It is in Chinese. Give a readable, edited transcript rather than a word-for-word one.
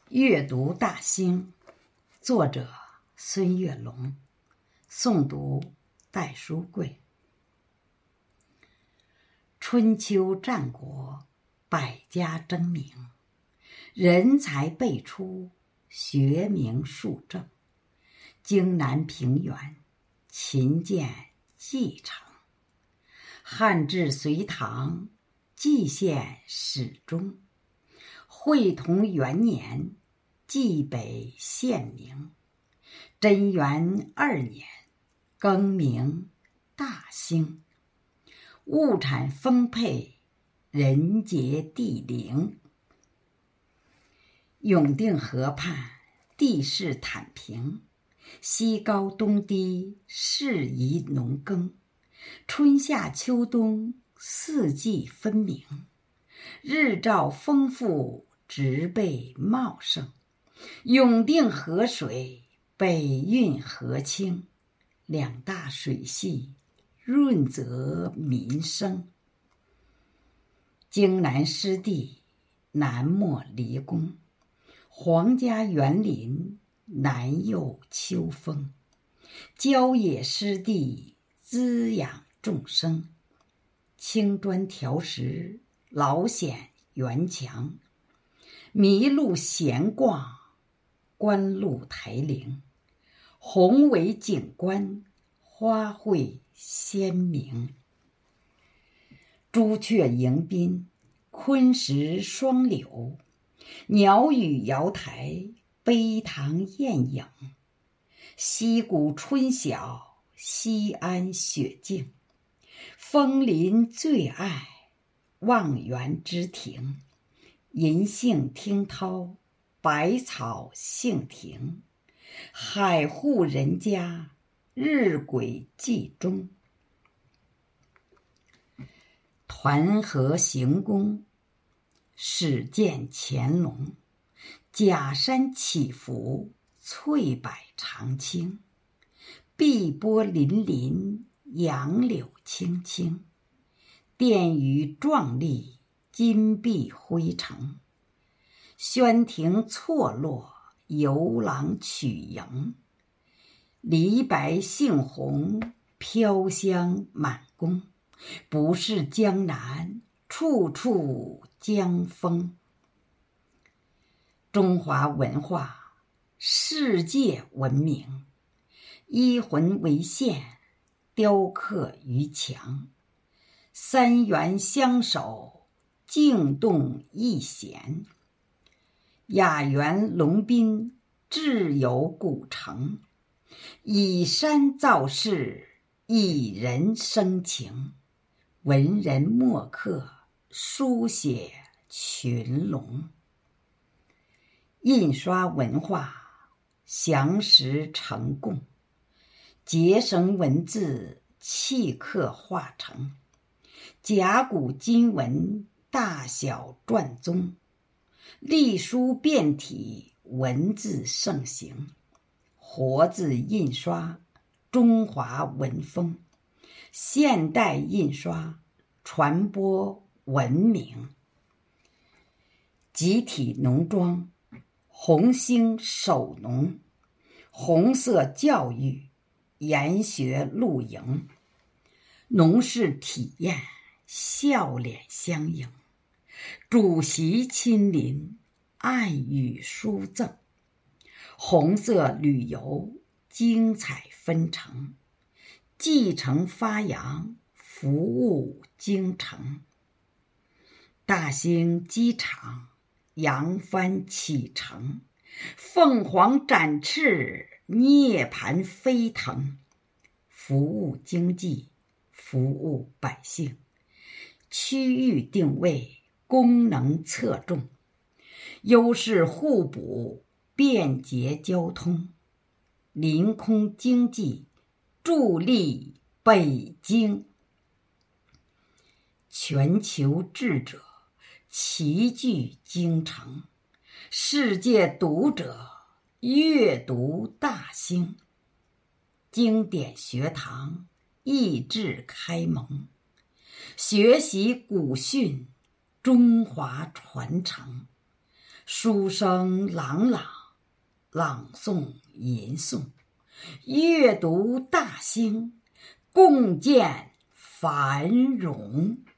阅读大兴，作者孙月龙，诵读戴书贵。春秋战国，百家争鸣，人才辈出，学名树正。荆南平原，秦建继承。汉至隋唐，蓟县始终。会同元年，蓟北县名。贞元2年，更名大兴。物产丰沛，人杰地灵。永定河畔，地势坦平，西高东低，适宜农耕。春夏秋冬，四季分明。日照丰富，植被茂盛。永定河水，北运河清，两大水系，润泽民生。荆南湿地，南没离宫。皇家园林，南佑秋风。郊野湿地，滋养众生。青砖条石，老显园墙。麋鹿闲逛，观鹿台陵。宏伟景观，花卉鲜明。朱雀迎宾，昆石双柳。鸟语瑶台，碑堂艳影。溪谷春晓，西安雪静。枫林最爱，望园之庭。银杏听涛，百草杏庭。海户人家，日晷记中。团河行宫，始见乾隆。假山起伏，翠柏长青。碧波粼粼，杨柳青青。殿宇壮丽，金碧辉呈。轩庭错落，游廊曲迎。梨白杏红，飘香满宫。不是江南，处处江风。中华文化，世界闻名。依魂为线，雕刻于墙。三元相守，静动一弦。雅园龙宾，志有古城。以山造势，以人生情。文人墨客，书写群龙。印刷文化，详实成供。结绳文字，契刻化成。甲骨金文，大小篆宗。隶书变体，文字盛行。活字印刷，中华文风。现代印刷，传播文明。集体农庄，红星守农。红色教育，研学露营。农事体验，笑脸相迎。主席亲临，爱语书赠。红色旅游，精彩纷呈。继承发扬，服务京城。大兴机场，扬帆启程。凤凰展翅，涅槃飞腾。服务经济，服务百姓。区域定位，功能侧重。优势互补，便捷交通。临空经济，助力北京。全球智者，齐聚京城。世界读者，阅读大兴。经典学堂，益智开蒙。学习古训，中华传承。 书声朗朗，朗诵吟诵，阅读大兴，共建繁荣。